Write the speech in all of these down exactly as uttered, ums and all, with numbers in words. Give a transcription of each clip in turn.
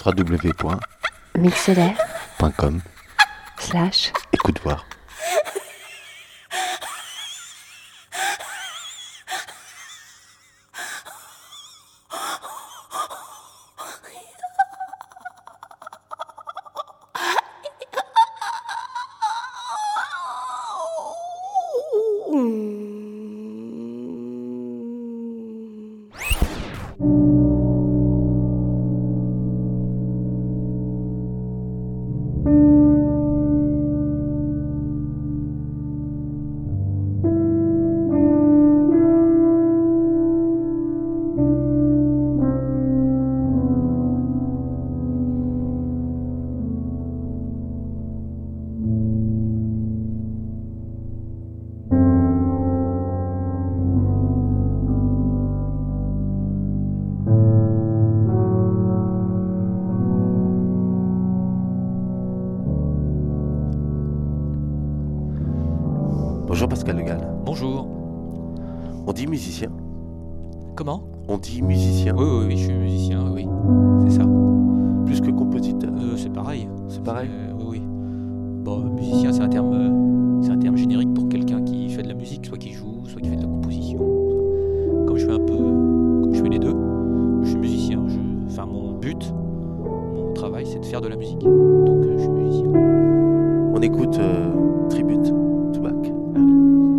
w w w point mixlr point com slash écoute voir. Bonjour Pascal Le Gall. Bonjour. On dit musicien Comment ? On dit musicien Oui, oui, oui, je suis musicien, oui, oui. C'est ça. Plus que compositeur. Euh, c'est pareil. C'est pareil Euh, Oui, oui. Bon, musicien, c'est un terme, euh, c'est un terme générique pour quelqu'un qui fait de la musique, soit qui joue, soit qui fait de la composition. Comme je fais un peu, comme je fais les deux, je suis musicien. Je, enfin, mon but, mon travail, c'est de faire de la musique. Donc, euh, je suis musicien. On écoute euh, Tribute to Bach. Ah oui.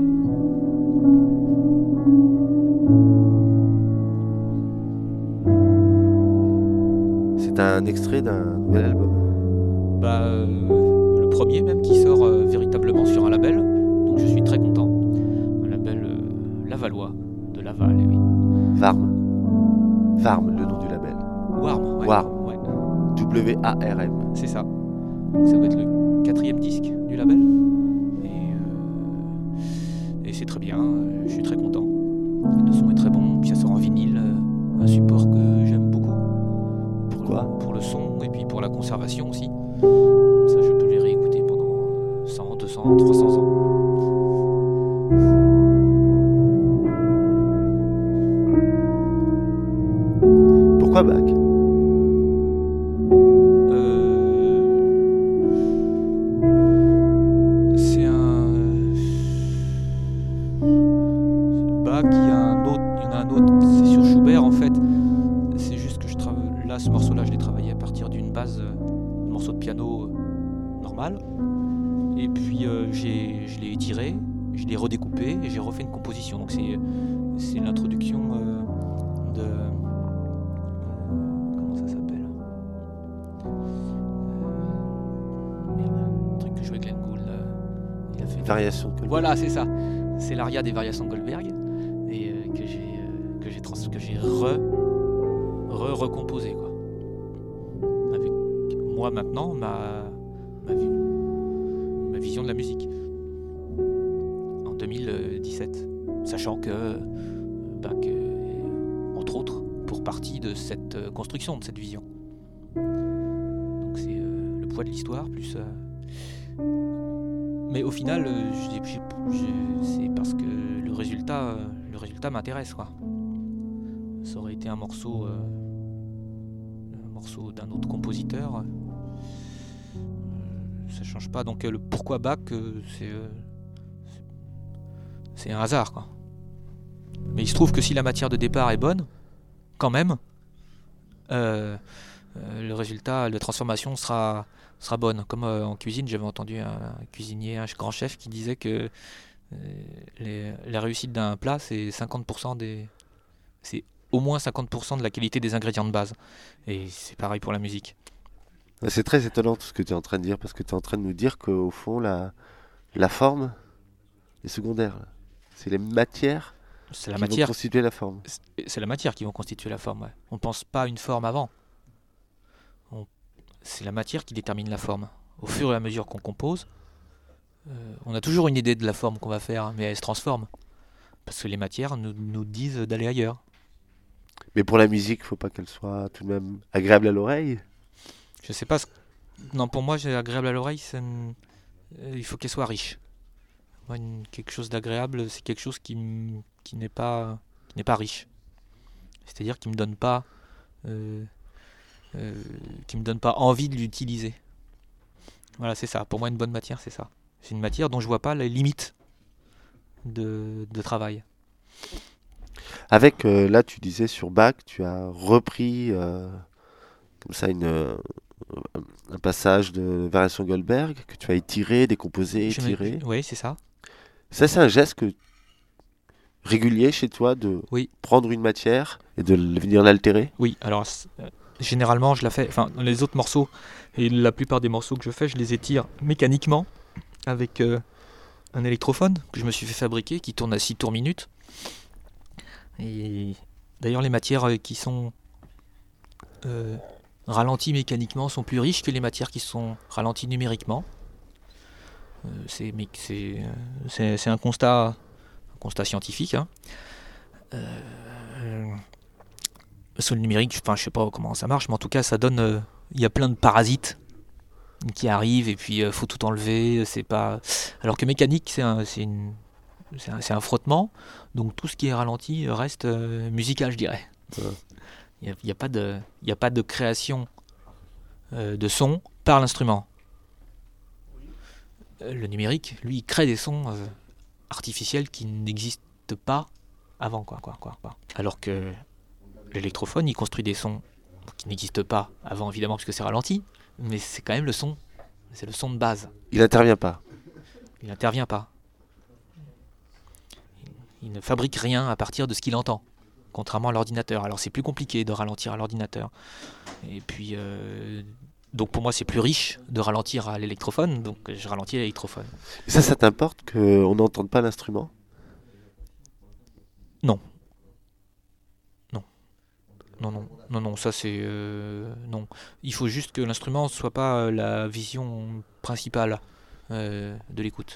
C'est un extrait d'un nouvel album. Bah, euh, le premier même qui sort euh, véritablement sur un label, donc je suis très content. Un label euh, Lavallois, de Laval, eh oui. Warm. Warm, le nom du label. Warm, ouais. Warm. Ouais, W A R M. c'est ça. Donc ça doit être le quatrième disque du label. Et, euh, et c'est très bien, euh, je suis très content. Le son est très bon, puis ça sort en vinyle, euh, un support que j'aime beaucoup. Pourquoi ? Pour le son et puis pour la conservation aussi. Ça, je peux les réécouter pendant cent, deux cents, trois cents ans. Pourquoi Bach ? Euh, C'est un. Bach, il y a un autre, il y en a un autre, c'est sur Schubert en fait. C'est juste que je travaille. Là, ce morceau-là, je l'ai travaillé à partir d'une base, euh, un morceau de piano euh, normal. Et puis euh, j'ai, je l'ai étiré, je l'ai redécoupé et j'ai refait une composition. Donc c'est, c'est l'introduction euh, de. euh, comment ça s'appelle Euh, Merde, un truc que jouait Glenn Gould. euh, il a fait. Variation de Goldberg. Voilà, c'est ça. C'est l'aria des variations de Goldberg et euh, que j'ai euh, que j'ai trans que j'ai re re recomposé quoi. Avec moi maintenant ma ma, vi- ma vision de la musique en deux mille dix-sept, sachant que euh, Bach est, entre autres pour partie de cette euh, construction de cette vision. Donc c'est euh, le poids de l'histoire plus. euh, Mais au final, euh, j'ai- j'ai- j'ai- c'est parce que le résultat, euh, le résultat m'intéresse, quoi. Ça aurait été un morceau, euh, un morceau d'un autre compositeur. euh, ça change pas. Donc euh, le pourquoi Bach, euh, c'est, euh, c'est c'est un hasard, quoi. Mais il se trouve que si la matière de départ est bonne, quand même, euh, euh, le résultat, la transformation sera sera bonne. Comme euh, en cuisine, j'avais entendu un, un cuisinier, un grand chef qui disait que euh, les- la réussite d'un plat, c'est cinquante pour cent des, c'est au moins cinquante pour cent de la qualité des ingrédients de base. Et c'est pareil pour la musique. C'est très étonnant tout ce que tu es en train de dire, parce que tu es en train de nous dire qu'au fond, la, la forme est secondaire. là. C'est les matières C'est la qui matière, vont constituer la forme. c'est c'est la matière qui vont constituer la forme. Ouais. On ne pense pas à une forme avant. On- c'est la matière qui détermine la forme. Au fur et à mesure qu'on compose, euh, on a toujours une idée de la forme qu'on va faire, mais elle se transforme. Parce que les matières nous, nous disent d'aller ailleurs. Mais pour la musique, il faut pas qu'elle soit tout de même agréable à l'oreille. Je sais pas. ce- Non, pour moi, c'est agréable à l'oreille. c'est une- euh, Il faut qu'elle soit riche. Moi, une- quelque chose d'agréable, c'est quelque chose qui, m- qui n'est pas, qui n'est pas riche. C'est-à-dire qui me donne pas, euh, euh, qui me donne pas envie de l'utiliser. Voilà, c'est ça. Pour moi, une bonne matière, c'est ça. C'est une matière dont je vois pas les limites de, de travail. Avec, euh, là, tu disais sur Bach, tu as repris euh, comme ça une, euh, un passage de Variation Goldberg que tu as étiré, décomposé, Je me- étiré. Oui, c'est ça. Ça, c'est un geste que, régulier chez toi de Oui. prendre une matière et de l- venir l'altérer. Oui, alors c'est- euh, généralement je la fais, enfin dans les autres morceaux et la plupart des morceaux que je fais, je les étire mécaniquement avec euh, un électrophone que je me suis fait fabriquer qui tourne à six tours minute. Et d'ailleurs les matières euh, qui sont euh, ralenties mécaniquement sont plus riches que les matières qui sont ralenties numériquement. Euh, c'est, mais c'est, euh, c'est, c'est un constat, un constat scientifique. Hein. Euh, Sur le numérique, enfin, je sais pas comment ça marche, mais en tout cas, ça donne. euh, Il y a plein de parasites qui arrivent et puis euh, faut tout enlever. C'est pas. Alors que mécanique, c'est un, c'est une, c'est un, c'est un frottement. Donc tout ce qui est ralenti reste euh, musical, je dirais. Ouais. Il n'y a, il y a pas de, il y a pas de création euh, de son par l'instrument. Euh, Le numérique, lui, il crée des sons euh, artificiels qui n'existent pas avant, quoi, quoi, quoi, quoi. Alors que l'électrophone, il construit des sons qui n'existent pas avant, évidemment, puisque c'est ralenti, mais c'est quand même le son. C'est le son de base. Il n'intervient pas. Il n'intervient pas. Il ne fabrique rien à partir de ce qu'il entend, contrairement à l'ordinateur. Alors c'est plus compliqué de ralentir à l'ordinateur. Et puis, euh, donc pour moi, c'est plus riche de ralentir à l'électrophone, donc je ralentis à l'électrophone. Et ça, ça t'importe qu'on n'entende pas l'instrument? Non. Non. Non, non, non, non, ça c'est... euh, non. Il faut juste que l'instrument soit pas euh, la vision principale euh, de l'écoute.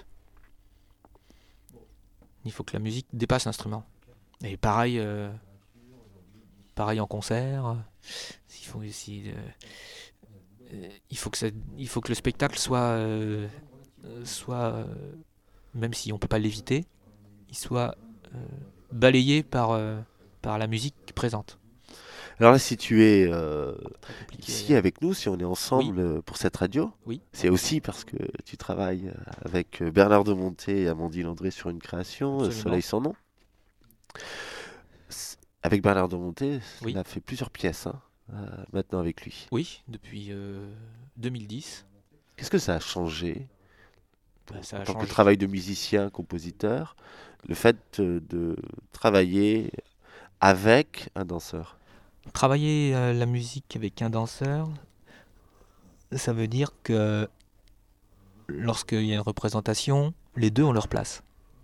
Il faut que la musique dépasse l'instrument. Et pareil, euh, pareil en concert. euh, Il faut, aussi, euh, euh, il faut que ça- il faut que le spectacle soit, euh, euh, soit euh, même si on peut pas l'éviter, il soit euh, balayé par, euh, par la musique présente. Alors là, si tu es euh, Très compliqué. ici avec nous, si on est ensemble euh, pour cette radio, Oui. c'est aussi parce que tu travailles euh, avec euh, Bernard de Monté et Amandine André sur une création, euh, Absolument. Soleil sans nom. S- Avec Bernard de Monté, Oui. on a fait plusieurs pièces hein, euh, maintenant avec lui. Oui, depuis euh, deux mille dix. Qu'est-ce que ça a changé Bah, ça en a tant que changé. travail de musicien, compositeur, le fait euh, de travailler avec un danseur? Travailler euh, la musique avec un danseur, ça veut dire que lorsqu'il y a une représentation, les deux ont leur place.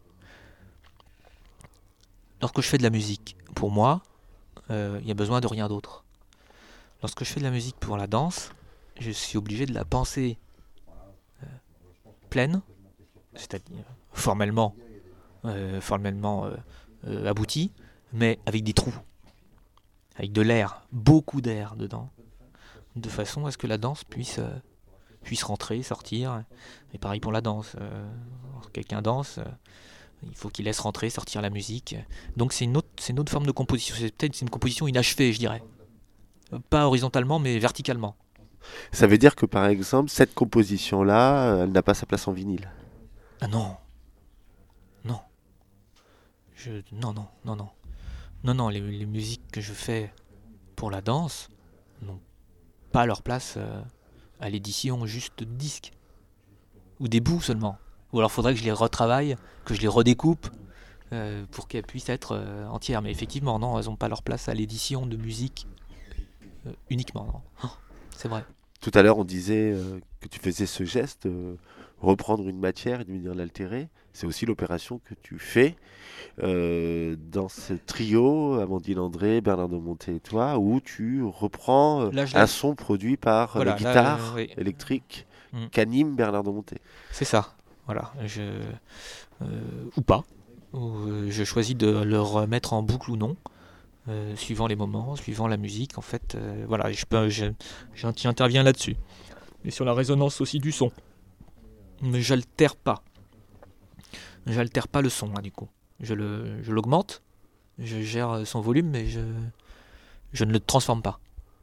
Lorsque je fais de la musique pour moi, euh, il y a besoin de rien d'autre. Lorsque je fais de la musique pour la danse, je suis obligé de la penser euh, pleine, c'est-à-dire formellement, euh, formellement euh, euh, aboutie, mais avec des trous, avec de l'air, beaucoup d'air dedans, de façon à ce que la danse puisse, euh, puisse rentrer, sortir. Et pareil pour la danse. Euh, lorsque quelqu'un danse, euh, il faut qu'il laisse rentrer, sortir la musique. Donc c'est une autre, c'est une autre forme de composition. C'est peut-être c'est une composition inachevée, je dirais. Euh, Pas horizontalement, mais verticalement. Ça veut dire que par exemple, cette composition-là, euh, elle n'a pas sa place en vinyle. Ah non. Non. Je, non, non, non, non. Non, non, les, les musiques que je fais pour la danse n'ont pas leur place euh, à l'édition juste de disques. Ou des bouts seulement. Ou alors faudrait que je les retravaille, que je les redécoupe euh, pour qu'elles puissent être euh, entières. Mais effectivement, non, elles n'ont pas leur place à l'édition de musique euh, uniquement. Non. Oh, c'est vrai. Tout à l'heure, on disait euh, que tu faisais ce geste, euh, reprendre une matière et de venir l'altérer. C'est aussi l'opération que tu fais euh, dans ce trio, Amandine André, Bernard de Monté et toi, où tu reprends euh, Là, je un l'ai- son produit par Voilà, la là, guitare euh, oui. électrique Mm. qu'anime Bernard de Monté. C'est ça. Voilà. Je, euh, ou pas. Ou, euh, je choisis de le remettre en boucle ou non. Euh, suivant les moments, suivant la musique, en fait, euh, voilà, je peux, je- j'in- j'interviens là-dessus. Et sur la résonance aussi du son. Mais j'altère pas. J'altère pas le son, là, du coup. Je le, je l'augmente, je gère son volume, mais je, je ne le transforme pas.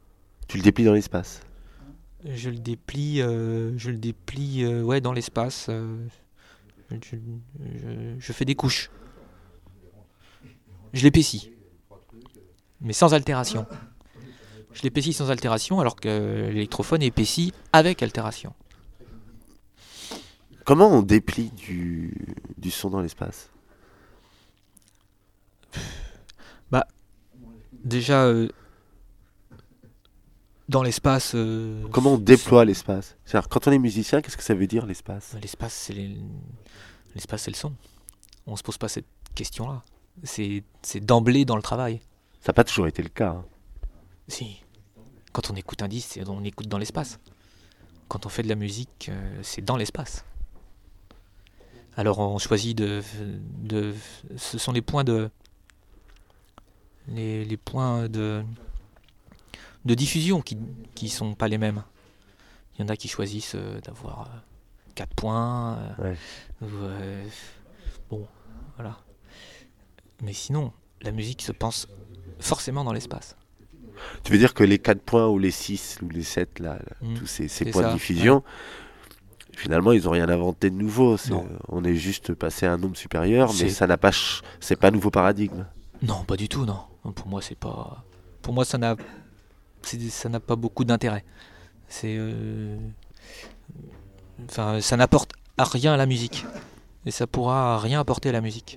Tu le déplies dans l'espace. Je le déplie, euh, je le déplie euh, ouais, dans l'espace. euh, je, je- je fais des couches. Je l'épaissis, mais sans altération. Je l'épaissis sans altération alors que l'électrophone épaissit avec altération. Comment on déplie du, du son dans l'espace? Déjà, euh, dans l'espace... euh, Comment on déploie l'espace? C'est-à-dire, quand on est musicien, qu'est-ce que ça veut dire l'espace? L'espace, c'est les- l'espace, c'est le son. On se pose pas cette question-là. C'est, c'est d'emblée dans le travail. Ça n'a pas toujours été le cas. hein. Si. Quand on écoute un disque, c'est- on écoute dans l'espace. Quand on fait de la musique, euh, c'est dans l'espace. Alors on choisit de, de... Ce sont les points de... Les, les points de... de diffusion qui qui sont pas les mêmes. Il y en a qui choisissent euh, d'avoir quatre points. euh, Ouais. ou, euh, bon, voilà. Mais sinon, la musique se pense forcément dans l'espace. Tu veux dire que les quatre points ou les six ou les sept, là, là, Mm. tous ces, ces C'est points ça, de diffusion, finalement, ils n'ont rien inventé de nouveau. C'est- Non. on est juste passé à un nombre supérieur, mais C'est- ça n'a pas, ch- c'est pas un nouveau paradigme. Non, pas du tout, non. Pour moi, c'est pas. Pour moi, ça n'a, c'est- ça n'a pas beaucoup d'intérêt. C'est, euh, enfin, ça n'apporte à rien à la musique, et ça pourra rien apporter à la musique.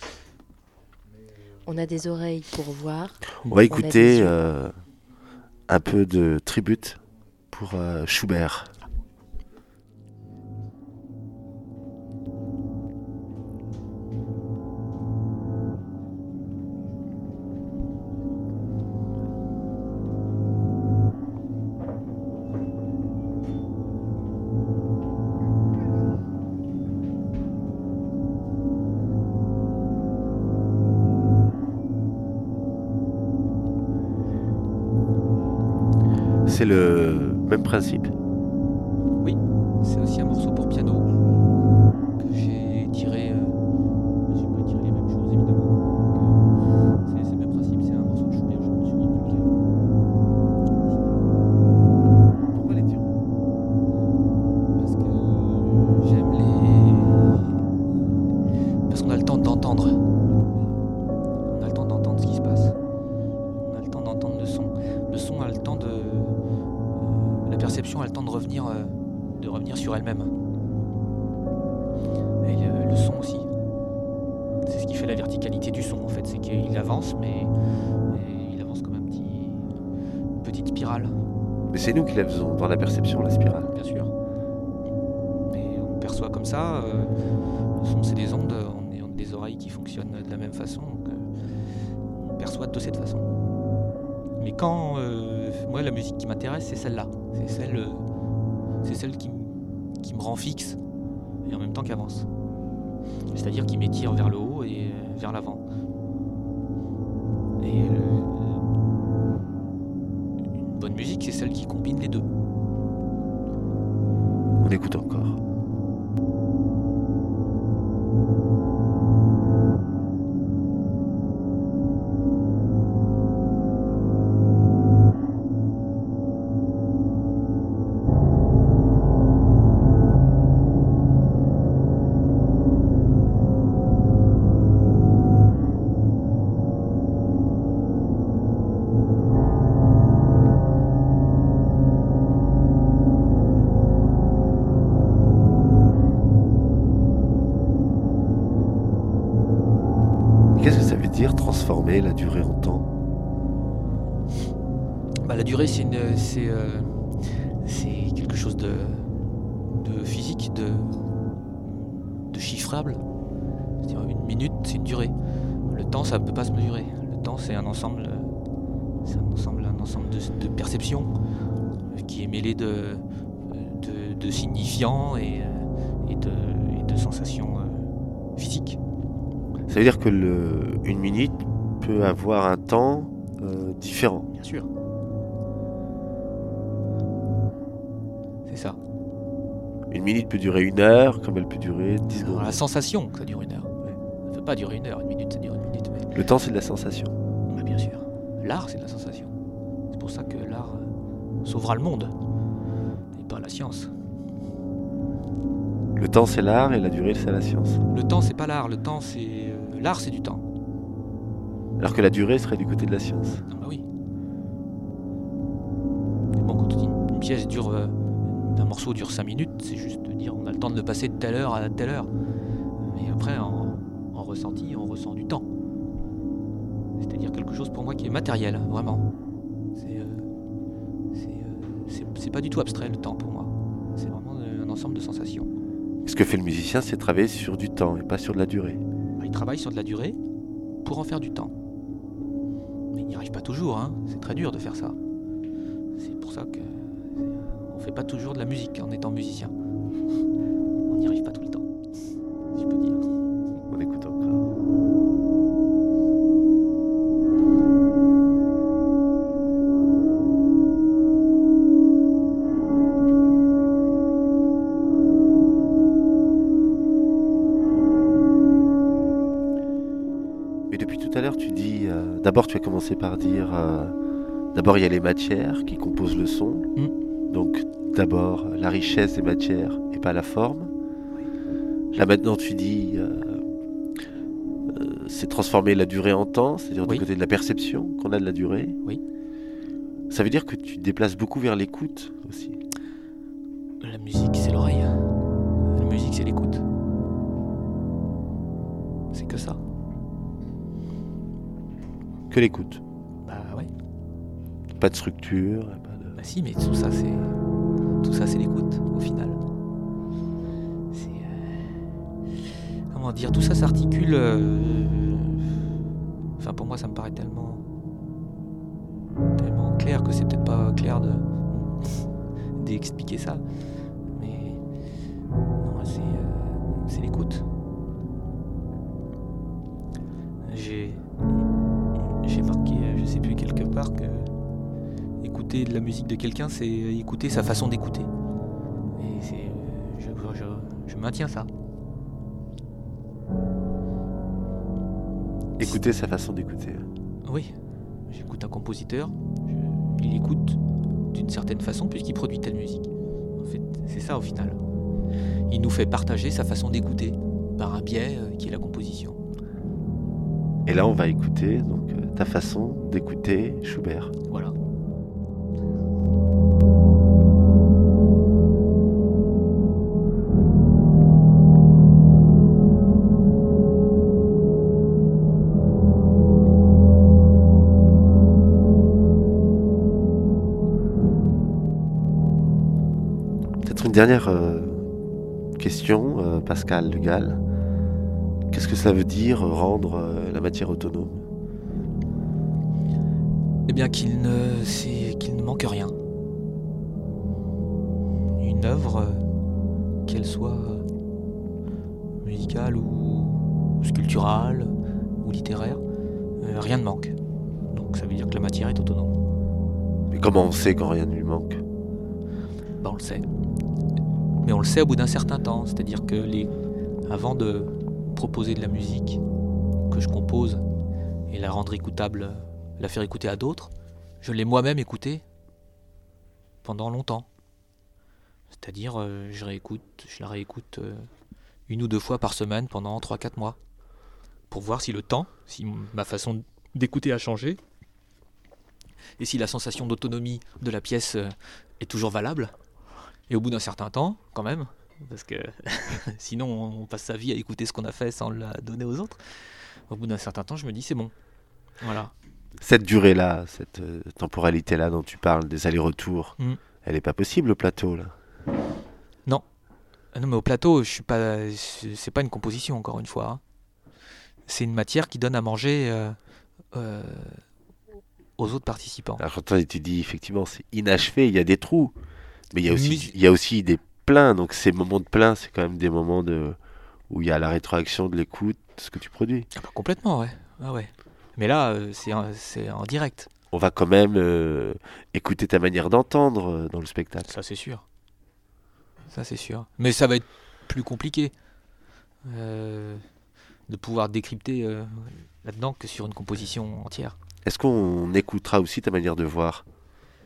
On a des oreilles pour voir. On va On a des écouter yeux. euh, un peu de tribute pour euh, Schubert. C'est le même principe. Oui, c'est aussi un morceau pour piano que j'ai tiré. Euh, j'ai pas tiré les mêmes choses évidemment. Donc, euh, c'est, c'est le même principe, c'est un morceau de Schubert, je me souviens plus lequel. Pourquoi les tirs? Parce que j'aime les. Parce qu'on a le temps d'entendre. On a le temps d'entendre ce qui se passe. On a le temps d'entendre le son. Le son a le temps de. euh, La perception a le temps de revenir, euh, de revenir sur elle-même. Et le, le son aussi. C'est ce qui fait la verticalité du son en fait. C'est qu'il avance, mais et il avance comme un petit, une petite spirale. Mais c'est nous qui la faisons dans la perception, la spirale. Bien sûr. Mais on perçoit comme ça. euh, le son, c'est des ondes. On est on a des oreilles qui fonctionnent de la même façon. Donc, euh, on perçoit de cette façon. Mais quand euh, moi, la musique qui m'intéresse, c'est celle-là. C'est celle, euh, c'est celle qui, m- qui me rend fixe et en même temps qui avance. C'est-à-dire qui m'étire vers le haut et euh, vers l'avant. Et euh, une bonne musique, c'est celle qui combine les deux. On écoute encore. Qu'est-ce que ça veut dire transformer la durée en temps? Bah, la durée, c'est, une, c'est, euh, c'est quelque chose de, de physique, de, de chiffrable. C'est-à-dire une minute, c'est une durée. Le temps, ça ne peut pas se mesurer. Le temps, c'est un ensemble, euh, c'est un ensemble, un ensemble de, de perceptions euh, qui est mêlé de, de, de signifiants et, euh, et, de, et de sensations euh, physiques. Ça veut dire que le, une minute peut avoir un temps euh, différent. Bien sûr. C'est ça. Une minute peut durer une heure, comme elle peut durer dix Alors, secondes. la sensation que ça dure une heure. Ça ne peut pas durer une heure, une minute, ça dure une minute. Mais... Le temps, c'est de la sensation. Bah, bien sûr. L'art, c'est de la sensation. C'est pour ça que l'art, euh, sauvera le monde, et pas la science. Le temps, c'est l'art et la durée, c'est la science. Le temps, c'est pas l'art. Le temps, c'est euh, l'art, c'est du temps. Alors que la durée serait du côté de la science. Ah bah oui. Et bon, quand une, une pièce dure, euh, un morceau dure cinq minutes, c'est juste de dire on a le temps de le passer de telle heure à telle heure. Mais après, en, en ressenti, on ressent du temps. C'est-à-dire quelque chose pour moi qui est matériel, vraiment. C'est, euh, c'est, euh, c'est, c'est pas du tout abstrait le temps pour moi. C'est vraiment un ensemble de sensations. Et ce que fait le musicien, c'est travailler sur du temps et pas sur de la durée. Il travaille sur de la durée pour en faire du temps. Mais il n'y arrive pas toujours, hein. C'est très dur de faire ça. C'est pour ça que on fait pas toujours de la musique en étant musicien. On n'y arrive pas tout le temps, si je peux dire. On écoute encore. Mais depuis tout à l'heure, tu dis... euh, d'abord, tu as commencé par dire... euh, d'abord, il y a les matières qui composent le son. Mm. Donc, d'abord, la richesse des matières et pas la forme. Là, maintenant, tu dis... euh, euh, c'est transformer la durée en temps, c'est-à-dire Oui. du côté de la perception qu'on a de la durée. Oui. Ça veut dire que tu te déplaces beaucoup vers l'écoute aussi. La musique, c'est l'oreille. La musique, c'est l'écoute. C'est que ça. Que l'écoute. Bah ouais. Pas de structure. Pas de... Bah si, mais tout ça, c'est tout ça, c'est l'écoute au final. C'est euh, comment dire, tout ça s'articule. euh, Enfin, pour moi, ça me paraît tellement tellement clair que c'est peut-être pas clair de d'expliquer ça. Mais non, c'est euh, c'est l'écoute. J'ai j'ai marqué, euh, je sais plus quelque part que écouter de la musique de quelqu'un, c'est écouter sa façon d'écouter. Et c'est, euh, je, je, je maintiens ça. Écouter sa façon d'écouter. Oui, j'écoute un compositeur, je- il écoute d'une certaine façon puisqu'il produit telle musique. En fait, c'est ça au final. Il nous fait partager sa façon d'écouter par un biais euh, qui est la composition. Et là, on va écouter donc euh, ta façon d'écouter Schubert. Voilà. Peut-être une dernière euh, question, euh, Pascal Le Gall. Qu'est-ce que ça veut dire euh, rendre euh, la matière autonome? Eh bien qu'il ne, c'est, qu'il ne manque rien. Une œuvre, euh, qu'elle soit euh, musicale ou, ou sculpturale ou littéraire, euh, rien ne manque. Donc ça veut dire que la matière est autonome. Mais comment on sait quand rien ne lui manque? Ben, on le sait. Mais on le sait au bout d'un certain temps. C'est-à-dire que les, avant de proposer de la musique que je compose et la rendre écoutable, la faire écouter à d'autres, je l'ai moi-même écoutée pendant longtemps. C'est-à-dire, euh, je réécoute, je la réécoute euh, une ou deux fois par semaine pendant trois à quatre mois. Pour voir si le temps, si m- ma façon d'écouter a changé, et si la sensation d'autonomie de la pièce euh, est toujours valable. Et au bout d'un certain temps, quand même, parce que sinon on passe sa vie à écouter ce qu'on a fait sans la donner aux autres, au bout d'un certain temps, je me dis c'est bon. Voilà. Cette durée-là, cette euh, temporalité-là dont tu parles, des allers-retours, Mm. elle n'est pas possible au plateau, là. Non. Ah non, mais au plateau, je suis pas. C'est c'est pas une composition, encore une fois. hein. C'est une matière qui donne à manger euh, euh, aux autres participants. Alors quand tu dis effectivement c'est inachevé, il y a des trous, mais il y a aussi, Mus- il y a aussi des pleins, donc ces moments de plein, c'est quand même des moments de, où il y a la rétroaction de l'écoute, de ce que tu produis. Ah bah, complètement, ouais. Ah ouais. Mais là, euh, c'est en, c'est en direct. On va quand même euh, écouter ta manière d'entendre euh, dans le spectacle. Ça, c'est sûr. Ça, c'est sûr. Mais ça va être plus compliqué euh, de pouvoir décrypter euh, là-dedans que sur une composition entière. Est-ce qu'on écoutera aussi ta manière de voir?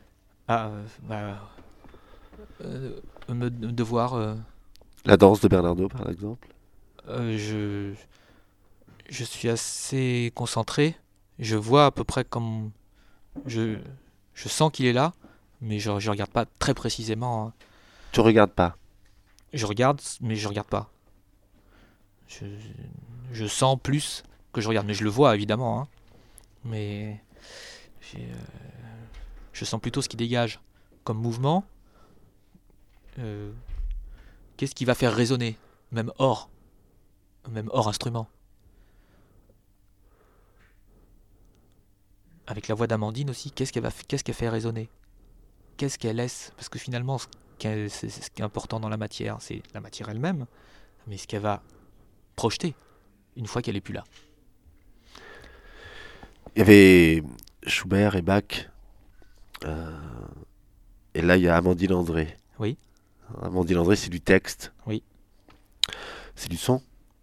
Ah, euh, bah, euh, me, devoir. Euh, La danse de Bernardo, par exemple. euh, je, je suis assez concentré. Je vois à peu près comme. Je, je sens qu'il est là, mais je ne regarde pas très précisément. Hein. Tu regardes pas. Je regarde, mais je regarde pas. Je, je sens plus que je regarde, mais je le vois évidemment. Hein. Mais j'ai, euh, je sens plutôt ce qui dégage comme mouvement. Euh, qu'est-ce qui va faire résonner, même hors, même hors instrument. Avec la voix d'Amandine aussi, qu'est-ce qu'elle va, qu'est-ce qu'elle fait résonner, qu'est-ce qu'elle laisse, parce que finalement, ce qui est, c'est, c'est ce qui est important dans la matière, c'est la matière elle-même, mais ce qu'elle va projeter une fois qu'elle est plus là. Il y avait Schubert et Bach, euh, et là il y a Amandine André. Oui. Amandine André, c'est du texte. Oui. C'est du son.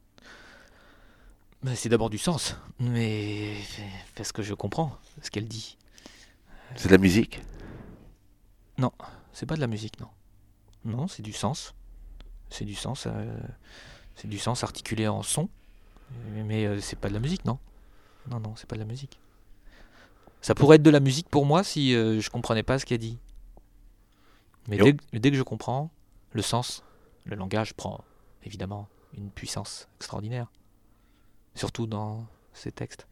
Ben, c'est d'abord du sens, mais parce que je comprends ce qu'elle dit. C'est de la musique. Non, c'est pas de la musique, non. Non, c'est du sens. C'est du sens, euh, c'est du sens articulé en son, mais euh, c'est pas de la musique, non. Non, non, c'est pas de la musique. Ça pourrait être de la musique pour moi si euh, je comprenais pas ce qu'elle dit. Mais dès, dès que je comprends, le sens, le langage prend évidemment une puissance extraordinaire. Surtout dans ces textes.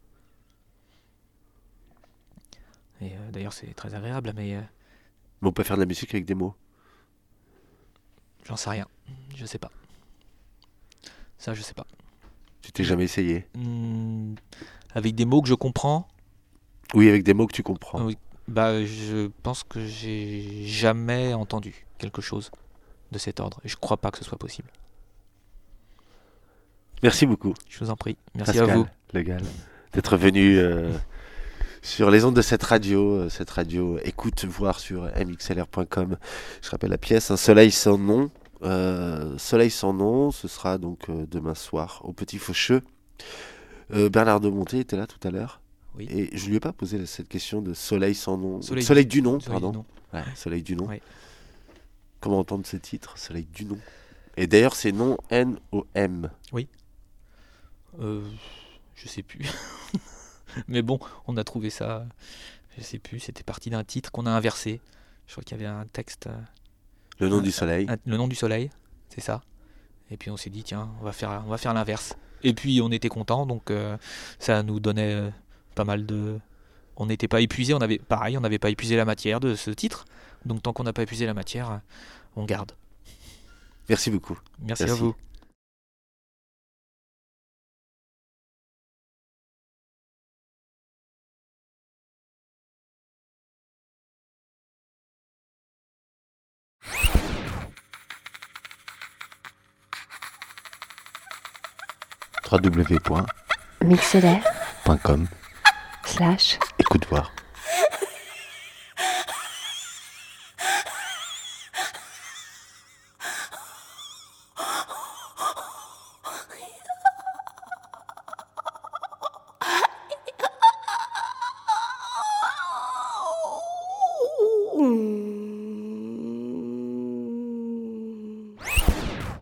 Et euh, d'ailleurs c'est très agréable, mais... Euh, mais on peut faire de la musique avec des mots. J'en sais rien, je sais pas. Ça je sais pas. Tu t'es jamais essayé? Mmh, avec des mots que je comprends. Oui, avec des mots que tu comprends. Oui, bah je pense que j'ai jamais entendu quelque chose de cet ordre. Et je crois pas que ce soit possible. Merci beaucoup. Je vous en prie. Merci Pascal, à vous. Legal, d'être venu euh, sur les ondes de cette radio. Euh, cette radio écoute, voir sur m x l r point com. Je rappelle la pièce Un soleil sans nom. Euh, soleil sans nom, ce sera donc euh, demain soir au Petit Faucheux. Euh, Bernard de Monté était là tout à l'heure. Oui. Et je lui ai pas posé cette question de soleil sans nom. Soleil, soleil du nom, soleil pardon. Du nom. Ouais, soleil du nom. Ouais. Comment entendre ce titre, Soleil du nom? Et d'ailleurs, c'est nom N O M. Oui. Euh, je sais plus. Mais bon, on a trouvé ça. Je sais plus. C'était parti d'un titre qu'on a inversé. Je crois qu'il y avait un texte. Le nom un, du soleil. Un, le nom du soleil, c'est ça. Et puis on s'est dit tiens, on va faire, on va faire l'inverse. Et puis on était content, donc euh, ça nous donnait euh, pas mal de. On n'était pas épuisé. On avait pareil, on n'avait pas épuisé la matière de ce titre. Donc tant qu'on n'a pas épuisé la matière, on garde. Merci beaucoup. Merci, Merci. à vous. w w w point mixlr point com slash écoute voir.